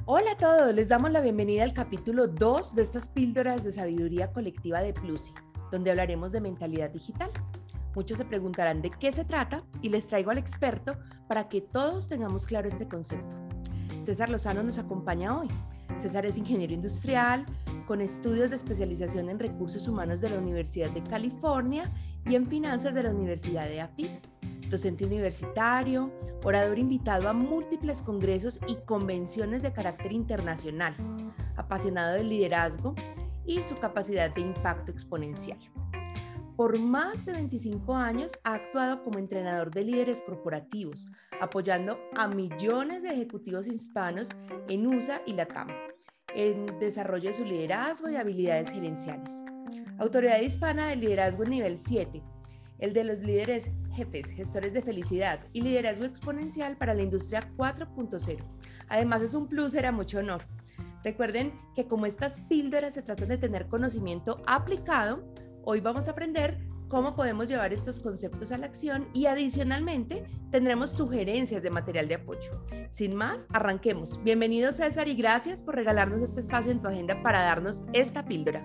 Hola a todos, les damos la bienvenida al capítulo 2 de estas píldoras de sabiduría colectiva de Plusi, donde hablaremos de mentalidad digital. Muchos se preguntarán de qué se trata y les traigo al experto para que todos tengamos claro este concepto. César Lozano nos acompaña hoy. César es ingeniero industrial con estudios de especialización en recursos humanos de la Universidad de California y en finanzas de la Universidad de AFIT. Docente universitario, orador invitado a múltiples congresos y convenciones de carácter internacional, apasionado del liderazgo y su capacidad de impacto exponencial. Por más de 25 años ha actuado como entrenador de líderes corporativos, apoyando a millones de ejecutivos hispanos en USA y LATAM, en desarrollo de su liderazgo y habilidades gerenciales. Autoridad hispana del liderazgo en nivel 7, el de los líderes jefes, gestores de felicidad y liderazgo exponencial para la industria 4.0. Además es un pluser a mucho honor. Recuerden que como estas píldoras se tratan de tener conocimiento aplicado, hoy vamos a aprender cómo podemos llevar estos conceptos a la acción y adicionalmente tendremos sugerencias de material de apoyo. Sin más, arranquemos. Bienvenido César y gracias por regalarnos este espacio en tu agenda para darnos esta píldora.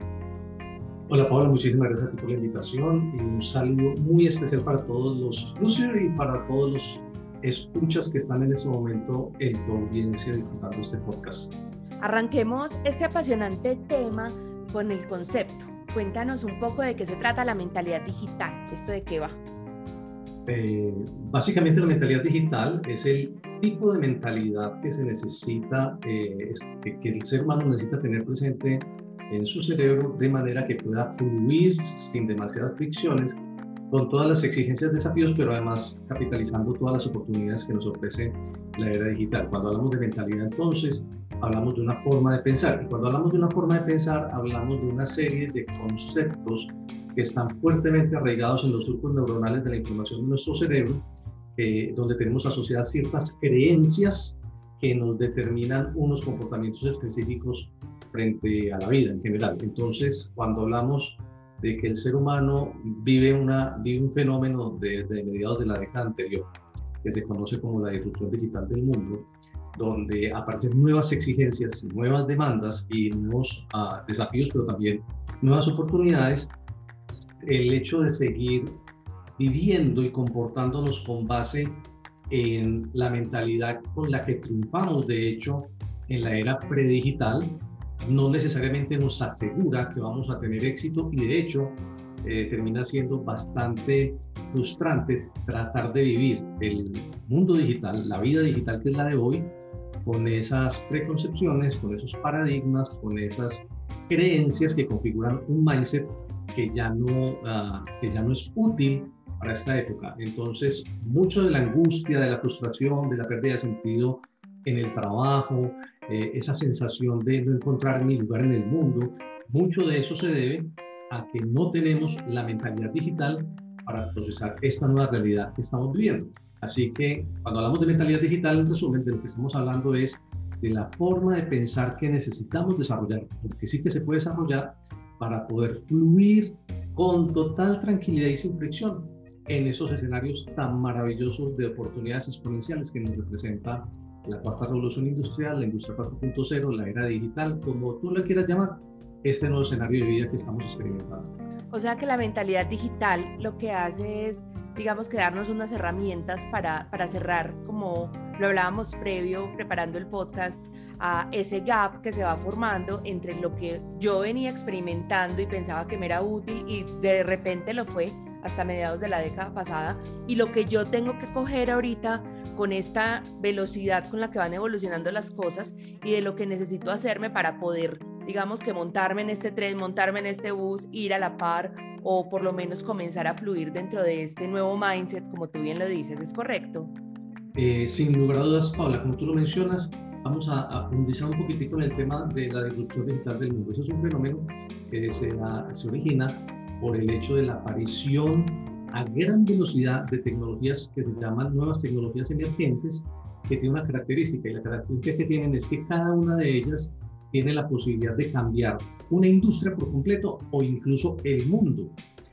Hola Paula, muchísimas gracias a ti por la invitación y un saludo muy especial para todos los Pluser y para todos los escuchas que están en este momento en tu audiencia disfrutando este podcast. Arranquemos este apasionante tema con el concepto. Cuéntanos un poco de qué se trata la mentalidad digital. ¿Esto de qué va? Básicamente la mentalidad digital es el tipo de mentalidad que se necesita, que el ser humano necesita tener presente en su cerebro de manera que pueda fluir sin demasiadas fricciones con todas las exigencias, desafíos, pero además capitalizando todas las oportunidades que nos ofrece la era digital. Cuando hablamos de mentalidad, entonces, hablamos de una forma de pensar. Y cuando hablamos de una forma de pensar, hablamos de una serie de conceptos que están fuertemente arraigados en los surcos neuronales de la información de nuestro cerebro, donde tenemos asociadas ciertas creencias que nos determinan unos comportamientos específicos frente a la vida en general. Entonces, cuando hablamos de que el ser humano vive un fenómeno de mediados de la década anterior, que se conoce como la disrupción digital del mundo, donde aparecen nuevas exigencias, nuevas demandas y nuevos desafíos, pero también nuevas oportunidades, el hecho de seguir viviendo y comportándonos con base en la mentalidad con la que triunfamos, de hecho, en la era predigital, no necesariamente nos asegura que vamos a tener éxito y de hecho termina siendo bastante frustrante tratar de vivir el mundo digital, la vida digital que es la de hoy, con esas preconcepciones, con esos paradigmas, con esas creencias que configuran un mindset que ya no es útil para esta época. Entonces, mucho de la angustia, de la frustración, de la pérdida de sentido en el trabajo, esa sensación de no encontrar mi lugar en el mundo, mucho de eso se debe a que no tenemos la mentalidad digital para procesar esta nueva realidad que estamos viviendo. Así que cuando hablamos de mentalidad digital, en resumen, de lo que estamos hablando es de la forma de pensar que necesitamos desarrollar, porque sí que se puede desarrollar para poder fluir con total tranquilidad y sin fricción en esos escenarios tan maravillosos de oportunidades exponenciales que nos representa la cuarta revolución industrial, la industria 4.0, la era digital, como tú lo quieras llamar, este nuevo escenario de vida que estamos experimentando. O sea que la mentalidad digital lo que hace es, digamos, que darnos unas herramientas para cerrar, como lo hablábamos previo, preparando el podcast, a ese gap que se va formando entre lo que yo venía experimentando y pensaba que me era útil y de repente lo fue hasta mediados de la década pasada, y lo que yo tengo que coger ahorita con esta velocidad con la que van evolucionando las cosas y de lo que necesito hacerme para poder, digamos, que montarme en este tren, montarme en este bus, ir a la par o por lo menos comenzar a fluir dentro de este nuevo mindset, como tú bien lo dices. ¿Es correcto? Sin lugar a dudas, Paula, como tú lo mencionas, vamos a profundizar un poquitico en el tema de la disrupción digital del mundo. Eso es un fenómeno que se origina por el hecho de la aparición a gran velocidad de tecnologías que se llaman nuevas tecnologías emergentes, que tienen una característica, y la característica que tienen es que cada una de ellas tiene la posibilidad de cambiar una industria por completo o incluso el mundo.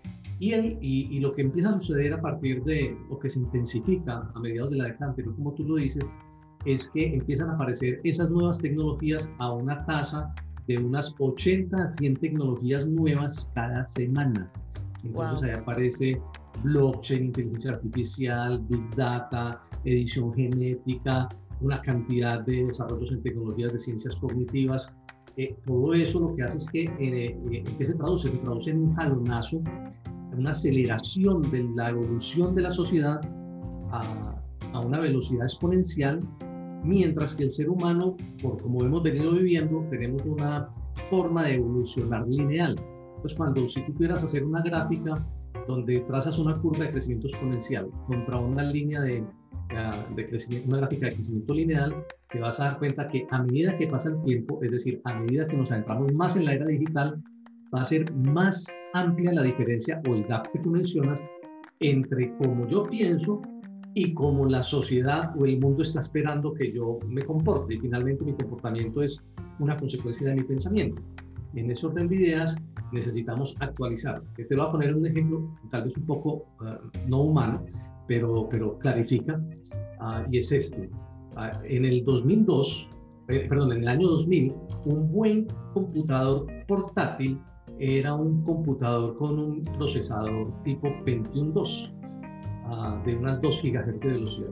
Y lo que empieza a suceder a partir de lo que se intensifica a mediados de la década anterior, como tú lo dices, es que empiezan a aparecer esas nuevas tecnologías a una tasa de unas 80 a 100 tecnologías nuevas cada semana. Entonces ahí aparece blockchain, inteligencia artificial, big data, edición genética, una cantidad de desarrollos en tecnologías de ciencias cognitivas. Todo eso lo que hace es que, ¿en qué se traduce? Se traduce en un jalonazo, en una aceleración de la evolución de la sociedad a una velocidad exponencial, mientras que el ser humano, por como hemos venido viviendo, tenemos una forma de evolucionar lineal. Entonces, si tú quieras hacer una gráfica donde trazas una curva de crecimiento exponencial contra una línea de crecimiento, una gráfica de crecimiento lineal, te vas a dar cuenta que a medida que pasa el tiempo, es decir, a medida que nos adentramos más en la era digital, va a ser más amplia la diferencia o el gap que tú mencionas entre cómo yo pienso y cómo la sociedad o el mundo está esperando que yo me comporte. Y finalmente mi comportamiento es una consecuencia de mi pensamiento. En ese orden de ideas necesitamos actualizar. Te lo voy a poner un ejemplo, tal vez un poco no humano, pero clarifica, y es este. En el 2002, en el año 2000, un buen computador portátil era un computador con un procesador tipo Pentium 2, de unas 2 GHz de velocidad.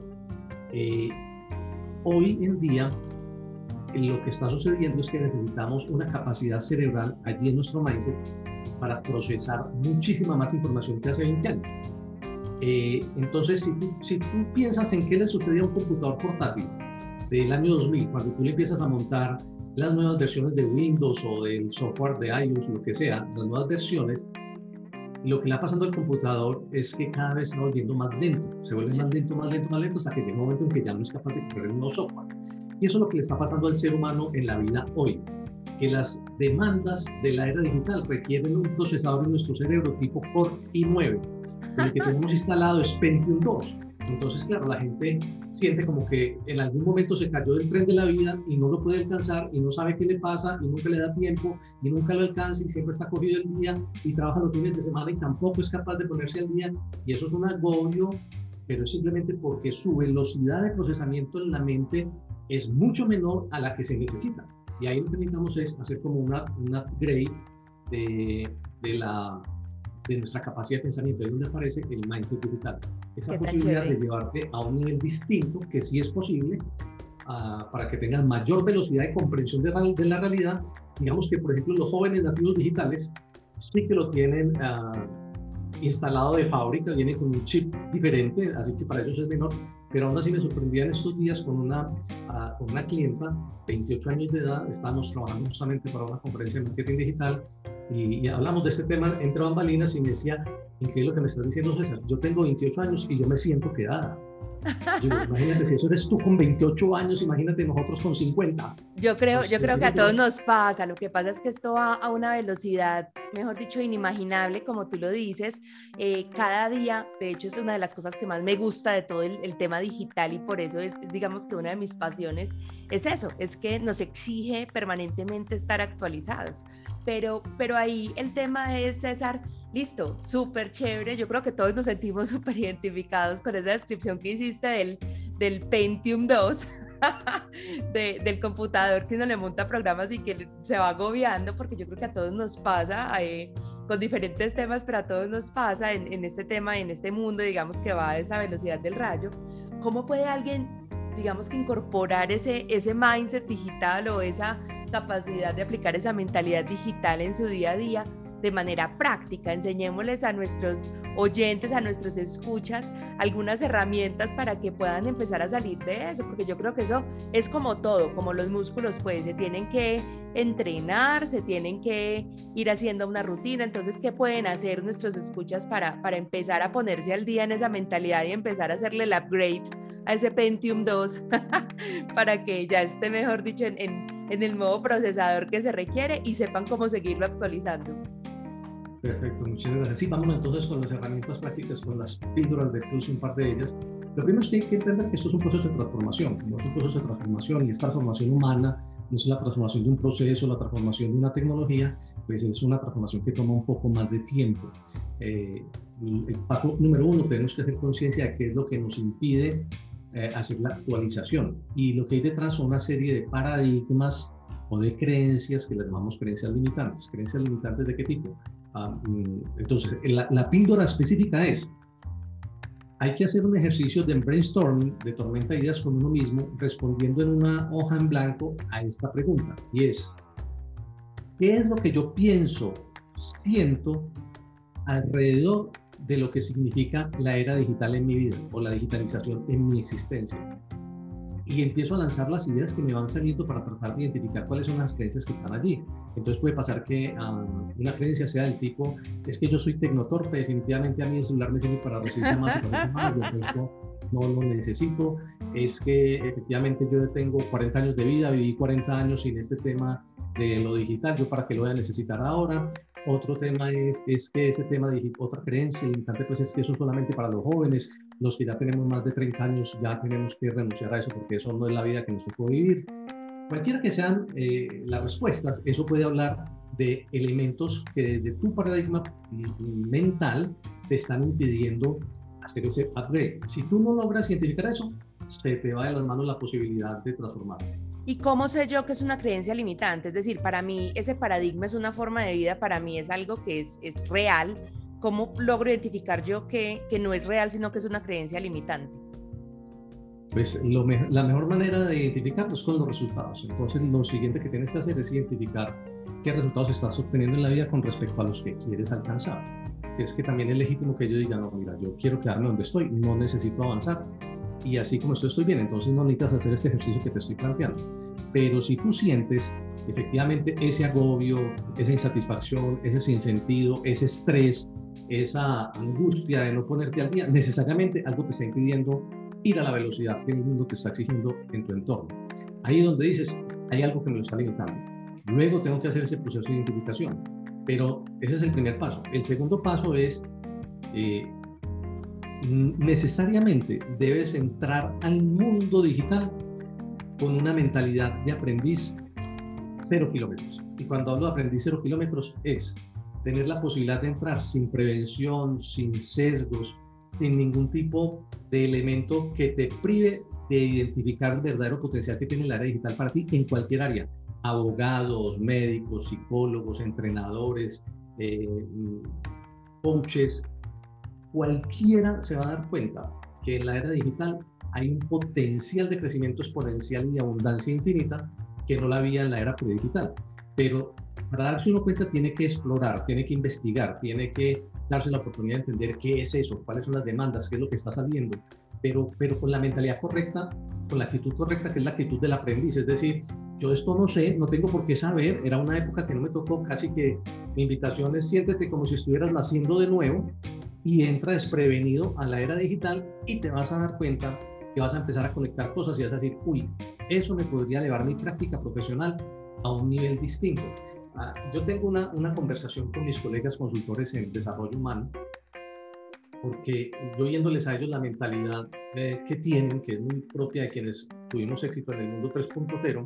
Hoy en día, lo que está sucediendo es que necesitamos una capacidad cerebral allí en nuestro mindset para procesar muchísima más información que hace 20 años. Entonces, si tú piensas en qué le sucedía a un computador portátil del año 2000, cuando tú le empiezas a montar las nuevas versiones de Windows o del software de iOS, lo que sea, las nuevas versiones, lo que le va pasando al computador es que cada vez se va volviendo más lento, se vuelve más lento, hasta que llega un momento en que ya no es capaz de correr un nuevo software. Y eso es lo que le está pasando al ser humano en la vida hoy, que las demandas de la era digital requieren un procesador en nuestro cerebro tipo Core i9, el que tenemos instalado es Pentium 2. Entonces, claro, la gente siente como que en algún momento se cayó del tren de la vida y no lo puede alcanzar y no sabe qué le pasa y nunca le da tiempo y nunca lo alcanza y siempre está cogido el día y trabaja los fines de semana y tampoco es capaz de ponerse al día, y eso es un agobio, pero es simplemente porque su velocidad de procesamiento en la mente es mucho menor a la que se necesita. Y ahí lo que necesitamos es hacer como un upgrade de nuestra capacidad de pensamiento, de donde aparece el mindset digital. Esa posibilidad de llevarte a un nivel distinto, que sí es posible, para que tengas mayor velocidad de comprensión de la realidad. Digamos que, por ejemplo, los jóvenes nativos digitales sí que lo tienen instalado de fábrica, viene con un chip diferente, así que para ellos es menor, pero aún así me sorprendía en estos días con una clienta, 28 años de edad. Estábamos trabajando justamente para una conferencia de marketing digital y hablamos de este tema entre bambalinas y me decía: increíble lo que me estás diciendo, César, yo tengo 28 años y yo me siento quedada. Yo, imagínate, si eso eres tú con 28 años, imagínate nosotros con 50. Yo creo que a todos nos pasa. Lo que pasa es que esto va a una velocidad, mejor dicho, inimaginable, como tú lo dices. Cada día, de hecho, es una de las cosas que más me gusta de todo el tema digital, y por eso es, digamos que una de mis pasiones es eso, es que nos exige permanentemente estar actualizados. Pero ahí el tema es, César, listo, súper chévere. Yo creo que todos nos sentimos súper identificados con esa descripción que hiciste del Pentium 2, del computador que uno le monta programas y que se va agobiando, porque yo creo que a todos nos pasa con diferentes temas, pero a todos nos pasa en este tema, en este mundo, digamos, que va a esa velocidad del rayo. ¿Cómo puede alguien, digamos, que incorporar ese mindset digital o esa capacidad de aplicar esa mentalidad digital en su día a día de manera práctica? Enseñémosles a nuestros oyentes, a nuestros escuchas, algunas herramientas para que puedan empezar a salir de eso, porque yo creo que eso es como todo, como los músculos, pues se tienen que entrenar, se tienen que ir haciendo una rutina. Entonces, ¿qué pueden hacer nuestros escuchas para empezar a ponerse al día en esa mentalidad y empezar a hacerle el upgrade a ese Pentium 2 para que ya esté, mejor dicho, en el nuevo procesador que se requiere y sepan cómo seguirlo actualizando? Perfecto, muchas gracias. Sí, vamos entonces con las herramientas prácticas, con las píldoras de Plus, un par de ellas. Lo primero es que hay que entender que esto es un proceso de transformación, no es un proceso de transformación, y es transformación humana, no es la transformación de un proceso, la transformación de una tecnología, pues es una transformación que toma un poco más de tiempo. El paso número uno, tenemos que hacer conciencia de qué es lo que nos impide hacer la actualización. Y lo que hay detrás son una serie de paradigmas o de creencias que las llamamos creencias limitantes. ¿Creencias limitantes de qué tipo? Entonces, la píldora específica es: hay que hacer un ejercicio de brainstorming, de tormenta de ideas con uno mismo, respondiendo en una hoja en blanco a esta pregunta. Y es: ¿qué es lo que yo pienso, siento alrededor de lo que significa la era digital en mi vida o la digitalización en mi existencia? Y empiezo a lanzar las ideas que me van saliendo para tratar de identificar cuáles son las creencias que están allí. Entonces puede pasar que una creencia sea del tipo: es que yo soy tecnotorpe, definitivamente a mí el celular me sirve para recibir llamadas y para llamadas, de resto no lo necesito. Es que efectivamente yo tengo 40 años de vida, viví 40 años sin este tema de lo digital, yo para qué lo voy a necesitar ahora. Otro tema es que ese tema de otra creencia limitante pues es que eso es solamente para los jóvenes. Los que ya tenemos más de 30 años ya tenemos que renunciar a eso porque eso no es la vida que nos tocó vivir. Cualquiera que sean las respuestas, eso puede hablar de elementos que desde tu paradigma mental te están impidiendo hacer ese upgrade. Si tú no logras identificar eso, se te va de las manos la posibilidad de transformarte. ¿Y cómo sé yo que es una creencia limitante? Es decir, para mí ese paradigma es una forma de vida, para mí es algo que es real. ¿Cómo logro identificar yo que no es real, sino que es una creencia limitante? Pues la mejor manera de identificarlo es con los resultados. Entonces, lo siguiente que tienes que hacer es identificar qué resultados estás obteniendo en la vida con respecto a los que quieres alcanzar. Es que también es legítimo que yo diga: no, mira, yo quiero quedarme donde estoy, no necesito avanzar. Y así como estoy bien, entonces no necesitas hacer este ejercicio que te estoy planteando. Pero si tú sientes efectivamente ese agobio, esa insatisfacción, ese sinsentido, ese estrés, esa angustia de no ponerte al día, necesariamente algo te está impidiendo ir a la velocidad que el mundo te está exigiendo en tu entorno. Ahí es donde dices: hay algo que me lo está limitando. Luego tengo que hacer ese proceso de identificación. Pero ese es el primer paso. El segundo paso es necesariamente debes entrar al mundo digital con una mentalidad de aprendiz 0 kilómetros. Y cuando hablo de aprendiz 0 kilómetros es tener la posibilidad de entrar sin prevención, sin sesgos, sin ningún tipo de elemento que te prive de identificar el verdadero potencial que tiene el área digital para ti en cualquier área. Abogados, médicos, psicólogos, entrenadores, coaches, cualquiera se va a dar cuenta que en la era digital hay un potencial de crecimiento exponencial y de abundancia infinita que no la había en la era predigital. Pero para darse uno cuenta tiene que explorar, tiene que investigar, tiene que darse la oportunidad de entender qué es eso, cuáles son las demandas, qué es lo que está saliendo, pero con la mentalidad correcta, con la actitud correcta, que es la actitud del aprendiz. Es decir, yo esto no sé, no tengo por qué saber, era una época que no me tocó, casi que mi invitación es: siéntete como si estuvieras naciendo de nuevo y entra desprevenido a la era digital y te vas a dar cuenta que vas a empezar a conectar cosas y vas a decir: uy, eso me podría llevar mi práctica profesional a un nivel distinto. Yo tengo una conversación con mis colegas consultores en desarrollo humano, porque yo viéndoles a ellos la mentalidad que tienen, que es muy propia de quienes tuvimos éxito en el mundo 3.0,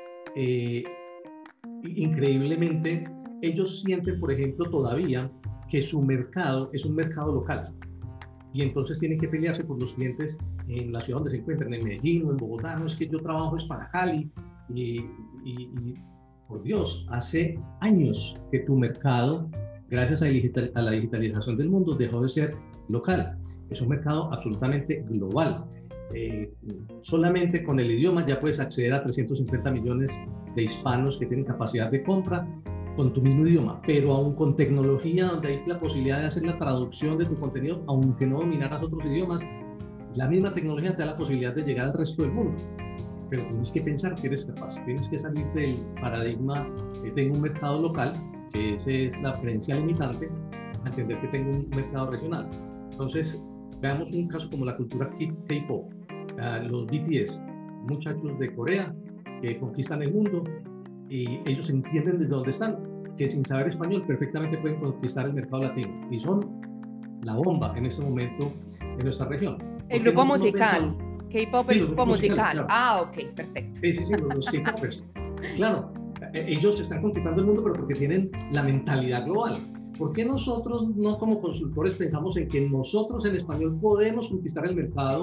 increíblemente ellos sienten, por ejemplo, todavía que su mercado es un mercado local y entonces tienen que pelearse por los clientes en la ciudad donde se encuentran, en Medellín o en Bogotá. No, es que yo trabajo es para Cali y por Dios, hace años que tu mercado, gracias a la digitalización del mundo, dejó de ser local. Es un mercado absolutamente global. Solamente con el idioma ya puedes acceder a 350 millones de hispanos que tienen capacidad de compra con tu mismo idioma, pero aún con tecnología donde hay la posibilidad de hacer la traducción de tu contenido, aunque no dominaras otros idiomas, la misma tecnología te da la posibilidad de llegar al resto del mundo. Pero tienes que pensar que eres capaz, tienes que salir del paradigma que tengo un mercado local, que esa es la creencia limitante, a entender que tengo un mercado regional. Entonces, veamos un caso como la cultura K-pop, los BTS, muchachos de Corea que conquistan el mundo y ellos entienden desde dónde están, que sin saber español perfectamente pueden conquistar el mercado latino y son la bomba en este momento en nuestra región. El grupo musical, K-pop, el grupo musical. Claro. Ok, perfecto. Sí, los K-popers. Claro, ellos están conquistando el mundo, pero porque tienen la mentalidad global. ¿Por qué nosotros no como consultores pensamos en que nosotros en español podemos conquistar el mercado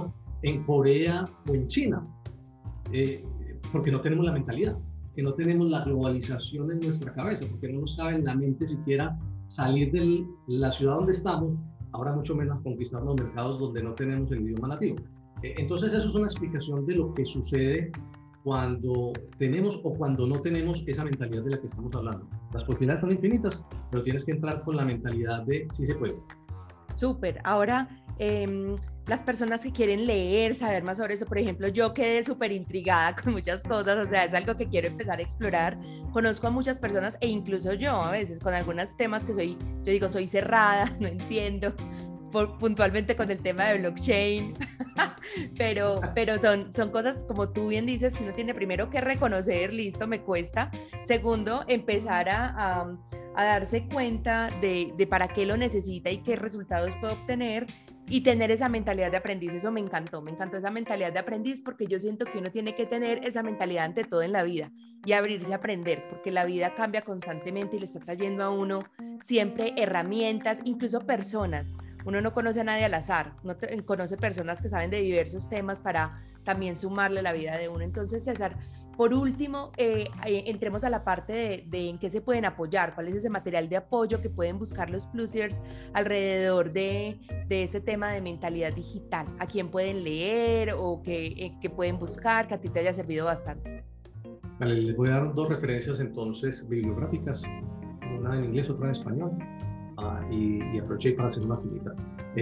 en Corea o en China, porque no tenemos la mentalidad, que no tenemos la globalización en nuestra cabeza, porque no nos cabe en la mente siquiera salir de la ciudad donde estamos, ahora mucho menos conquistar los mercados donde no tenemos el idioma nativo. Entonces eso es una explicación de lo que sucede cuando tenemos o cuando no tenemos esa mentalidad de la que estamos hablando. Las posibilidades son infinitas, pero tienes que entrar con la mentalidad de sí se puede. Súper. Ahora, las personas que quieren leer, saber más sobre eso, por ejemplo, yo quedé súper intrigada con muchas cosas, o sea, es algo que quiero empezar a explorar. Conozco a muchas personas e incluso yo a veces con algunos temas que yo digo, soy cerrada, no entiendo, puntualmente con el tema de blockchain, pero son cosas, como tú bien dices, que uno tiene primero que reconocer, listo, me cuesta. Segundo, empezar a darse cuenta de para qué lo necesita y qué resultados puede obtener, y tener esa mentalidad de aprendiz. Eso me encantó esa mentalidad de aprendiz, porque yo siento que uno tiene que tener esa mentalidad ante todo en la vida y abrirse a aprender, porque la vida cambia constantemente y le está trayendo a uno siempre herramientas, incluso personas. Uno no conoce a nadie al azar, uno conoce personas que saben de diversos temas para también sumarle a la vida de uno. Entonces, César, por último, entremos a la parte de en qué se pueden apoyar, cuál es ese material de apoyo que pueden buscar los Plusiers alrededor de ese tema de mentalidad digital. ¿A quién pueden leer o qué pueden buscar que a ti te haya servido bastante? Vale, les voy a dar dos referencias entonces bibliográficas, una en inglés, otra en español, y aproveché para hacer una filita.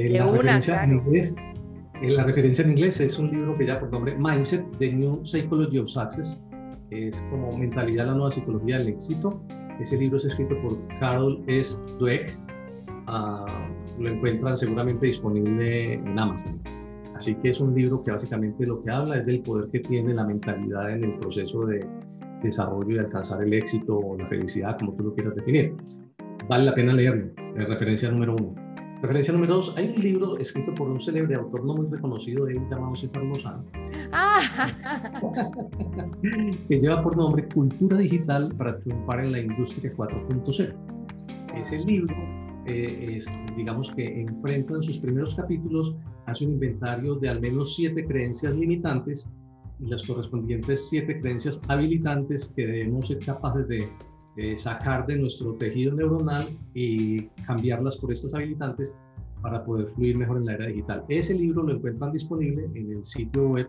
La referencia en inglés es un libro que lleva por nombre Mindset, The New Psychology of Success. Es como mentalidad, la nueva psicología del éxito. Ese libro es escrito por Carol S. Dweck. Lo encuentran seguramente disponible en Amazon. Así que es un libro que básicamente lo que habla es del poder que tiene la mentalidad en el proceso de desarrollo y alcanzar el éxito o la felicidad, como tú lo quieras definir. Vale la pena leerlo. Es referencia número 1. Referencia número 2, hay un libro escrito por un célebre autor no muy reconocido de él llamado César Lozano, que lleva por nombre Cultura Digital para triunfar en la industria 4.0. Ese libro, digamos que enfrenta en sus primeros capítulos, hace un inventario de al menos 7 creencias limitantes y las correspondientes 7 creencias habilitantes que debemos ser capaces de sacar de nuestro tejido neuronal y cambiarlas por estas habilitantes para poder fluir mejor en la era digital. Ese libro lo encuentran disponible en el sitio web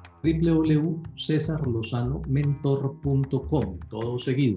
www.cesarlozanomentor.com, todo seguido,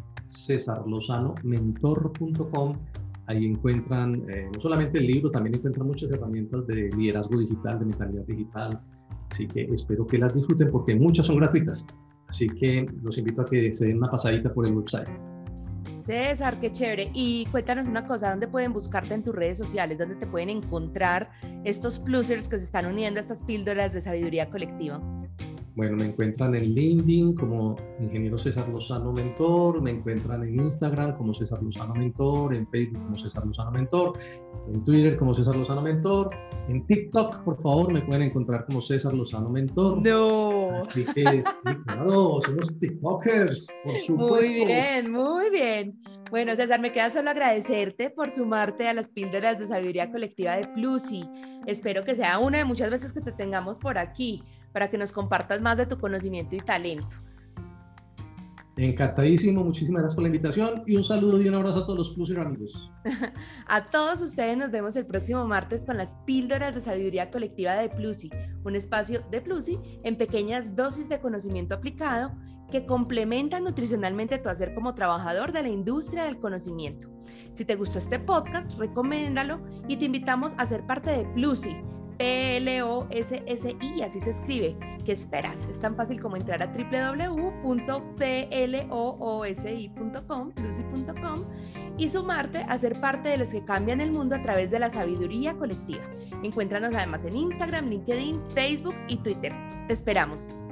cesarlozanomentor.com. Ahí encuentran no solamente el libro, también encuentran muchas herramientas de liderazgo digital, de mentalidad digital, así que espero que las disfruten porque muchas son gratuitas. Así que los invito a que se den una pasadita por el website. César, qué chévere. Y cuéntanos una cosa, ¿dónde pueden buscarte en tus redes sociales? ¿Dónde te pueden encontrar estos Plusiers que se están uniendo a estas píldoras de sabiduría colectiva? Bueno, me encuentran en LinkedIn como Ingeniero César Lozano Mentor, me encuentran en Instagram como César Lozano Mentor, en Facebook como César Lozano Mentor, en Twitter como César Lozano Mentor, en TikTok, por favor, me pueden encontrar como César Lozano Mentor. ¡No! Así que, claro, somos TikTokers, por supuesto. Muy bien, muy bien. Bueno, César, me queda solo agradecerte por sumarte a las píldoras de sabiduría colectiva de Plusi. Espero que sea una de muchas veces que te tengamos por aquí, para que nos compartas más de tu conocimiento y talento. Encantadísimo, muchísimas gracias por la invitación y un saludo y un abrazo a todos los Plusier amigos. A todos ustedes nos vemos el próximo martes con las píldoras de sabiduría colectiva de Plusi, un espacio de Plusi en pequeñas dosis de conocimiento aplicado que complementan nutricionalmente tu hacer como trabajador de la industria del conocimiento. Si te gustó este podcast, recomiéndalo y te invitamos a ser parte de Plusi, P-L-O-S-S-I, así se escribe. ¿Qué esperas? Es tan fácil como entrar a www.ploosi.com, plusi.com, y sumarte a ser parte de los que cambian el mundo a través de la sabiduría colectiva. Encuéntranos además en Instagram, LinkedIn, Facebook y Twitter. Te esperamos.